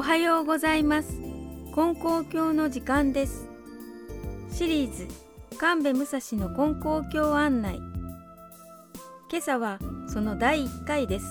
はようございます。金光教の時間です。シリーズ神戸武蔵の金光教案内。今朝はその第1回です。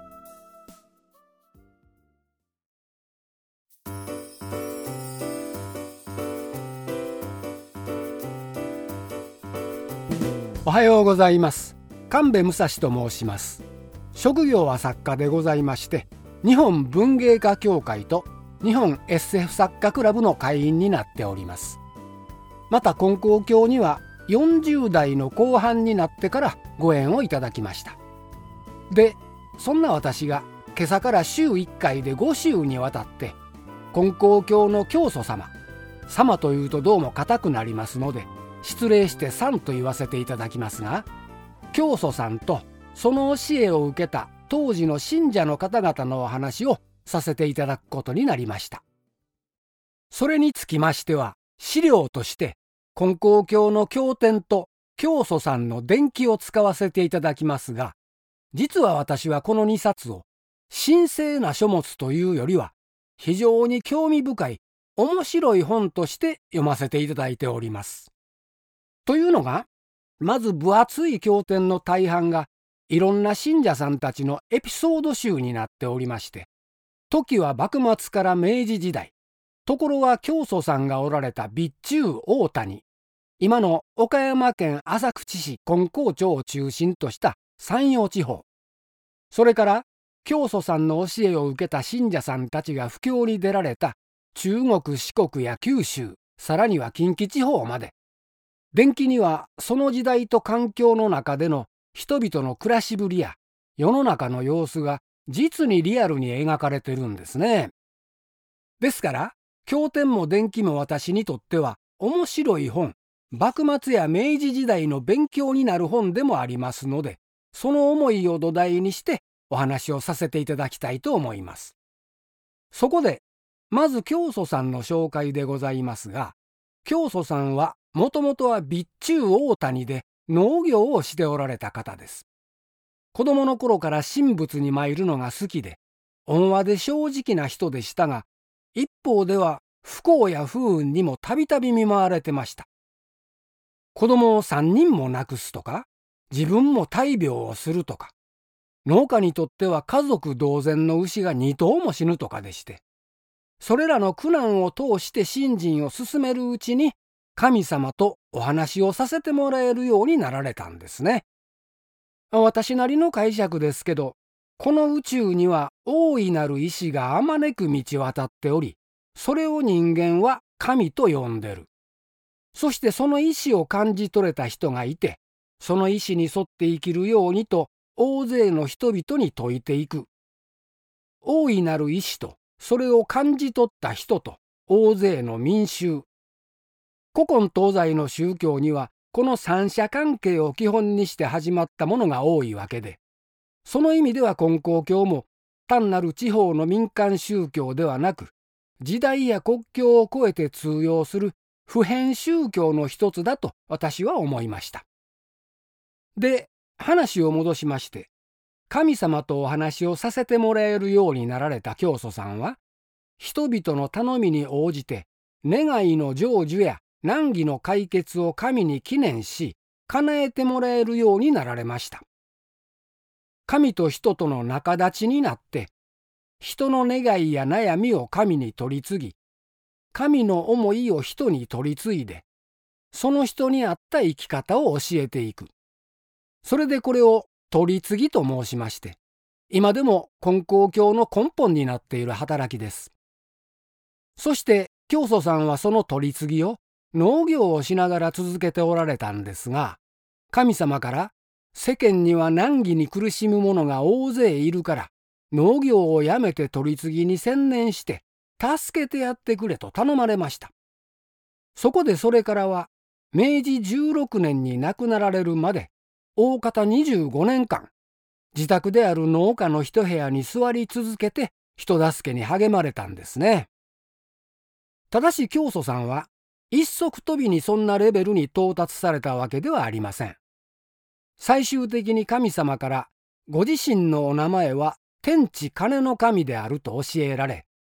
おはようございます。神戸武蔵と申します。職業は作家でございまして、日本文芸家協会と日本 SF 作家クラブの会員になっております。また金光教には40代の後半になってからご縁をいただきました。で、そんな私が今朝から週1回で5週にわたって金光教の教祖様、様というとどうも固くなりますので失礼してさんと言わせていただきますが、教祖さんとその教えを受けた当時の信者の方々のお話をさせていただくことになりました。それにつきましては、資料として金光教の経典と教祖さんの伝記を使わせていただきますが、実は私はこの2冊を神聖な書物というよりは非常に興味深い面白い本として読ませていただいております。というのが、まず分厚い経典の大半がいろんな信者さんたちのエピソード集になっておりまして、時は幕末から明治時代、ところは教祖さんがおられた備中大谷、今の岡山県浅口市金光町を中心とした山陽地方、それから教祖さんの教えを受けた信者さんたちが布教に出られた中国四国や九州、さらには近畿地方まで、伝記にはその時代と環境の中での人々の暮らしぶりや世の中の様子が実にリアルに描かれてるんですね。ですから経典も伝記も私にとっては面白い本、幕末や明治時代の勉強になる本でもありますので、その思いを土台にしてお話をさせていただきたいと思います。そこでまず教祖さんの紹介でございますが、教祖さんはもともとは備中大谷で農業をしておられた方です。子供の頃から神仏に参るのが好きで、温和で正直な人でしたが、一方では不幸や不運にもたびたび見舞われてました。子供を3人も亡くすとか、自分も大病をするとか、農家にとっては家族同然の牛が2頭も死ぬとかでして、それらの苦難を通して信心を進めるうちに、神様とお話をさせてもらえるようになられたんですね。私なりの解釈ですけど、この宇宙には大いなる意志があまねく満ち渡っており、それを人間は神と呼んでる。そしてその意志を感じ取れた人がいて、その意志に沿って生きるようにと大勢の人々に説いていく。大いなる意志とそれを感じ取った人と大勢の民衆。古今東西の宗教にはこの三者関係を基本にして始まったものが多いわけで、その意味では金光教も単なる地方の民間宗教ではなく、時代や国境を越えて通用する普遍宗教の一つだと私は思いました。で、話を戻しまして、神様とお話をさせてもらえるようになられた教祖さんは、人々の頼みに応じて願いの成就や難儀の解決を神に祈念し、叶えてもらえるようになられました。神と人との仲立ちになって、人の願いや悩みを神に取り次ぎ、神の思いを人に取り継いで、その人に合った生き方を教えていく。それでこれを取り次ぎと申しまして、今でも金光教の根本になっている働きです。そして教祖さんはその取り次ぎを農業をしながら続けておられたんですが、神様から世間には難儀に苦しむ者が大勢いるから農業をやめて取り次ぎに専念して助けてやってくれと頼まれました。そこでそれからは明治16年に亡くなられるまで大方25年間自宅である農家の一部屋に座り続けて人助けに励まれたんですね。ただし教祖さんは一足飛びにそんなレベルに到達されたわけではありません。最終的に神様からご自身のお名前は天地金の神であると教えられ、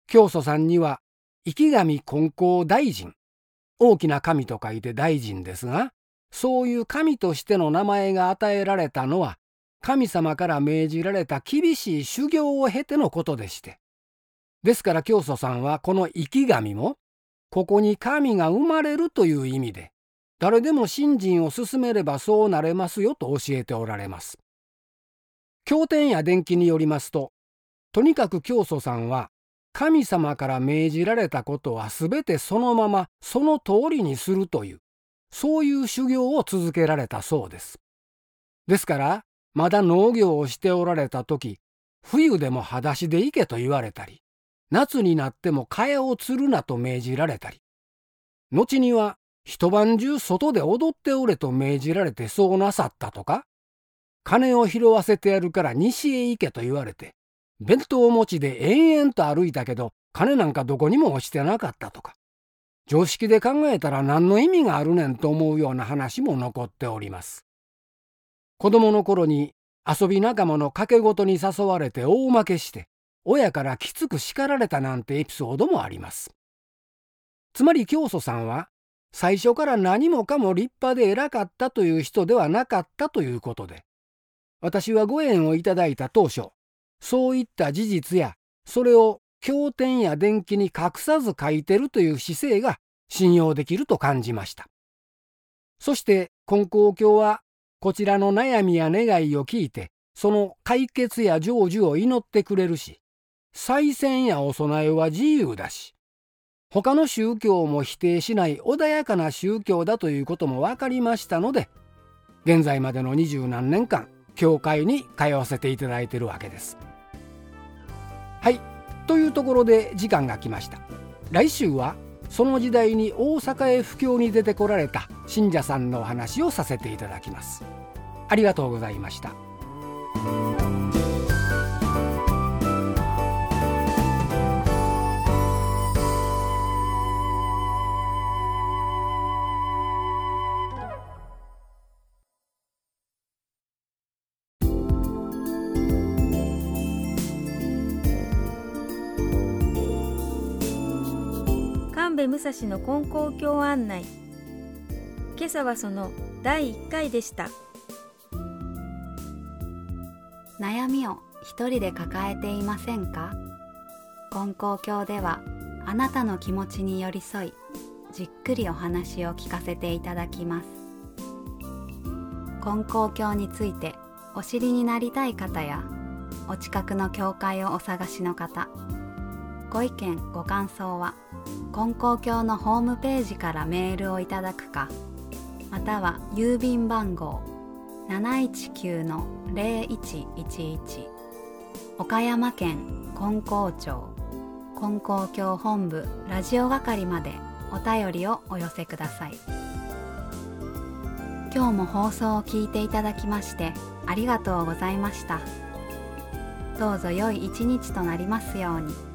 教祖さんには池上金光大臣、大きな神と書いて大臣ですが、そういう神としての名前が与えられたのは神様から命じられた厳しい修行を経てのことでして、ですから教祖さんはこの池上もここに神が生まれるという意味で、誰でも信心を進めればそうなれますよと教えておられます。経典や伝記によりますと、とにかく教祖さんは神様から命じられたことはすべてそのままその通りにするという、そういう修行を続けられたそうです。ですからまだ農業をしておられた時、冬でも裸足で行けと言われたり、夏になっても蚊帳を吊るなと命じられたり、後には一晩中外で踊っておれと命じられてそうなさったとか、金を拾わせてやるから西へ行けと言われて、弁当持ちで延々と歩いたけど金なんかどこにも落ちてなかったとか、常識で考えたら何の意味があるねんと思うような話も残っております。子供の頃に遊び仲間の賭け事に誘われて大負けして親からきつく叱られたなんてエピソードもあります。つまり教祖さんは最初から何もかも立派で偉かったという人ではなかったということで、私はご縁をいただいた当初、そういった事実やそれを経典や伝記に隠さず書いてるという姿勢が信用できると感じました。そして金光教はこちらの悩みや願いを聞いて、その解決や成就を祈ってくれるし、祭銭やお供えは自由だし、他の宗教も否定しない穏やかな宗教だということも分かりましたので、現在までの20何年間教会に通わせていただいているわけです。はい、というところで時間が来ました。来週はその時代に大阪へ布教に出てこられた信者さんのお話をさせていただきます。ありがとうございました。 神戸武蔵の金光教案内。今朝はその第1回でした。 悩みを一人で抱えていませんか？金光教ではあなたの気持ちに寄り添い、じっくりお話を聞かせていただきます。金光教についてお知りになりたい方や、お近くの教会をお探しの方、ご意見ご感想は金光教のホームページからメールをいただくか、または郵便番号 719-0111 岡山県金光町金光教本部ラジオ係までお便りをお寄せください。今日も放送を聞いていただきましてありがとうございました。どうぞ良い一日となりますように。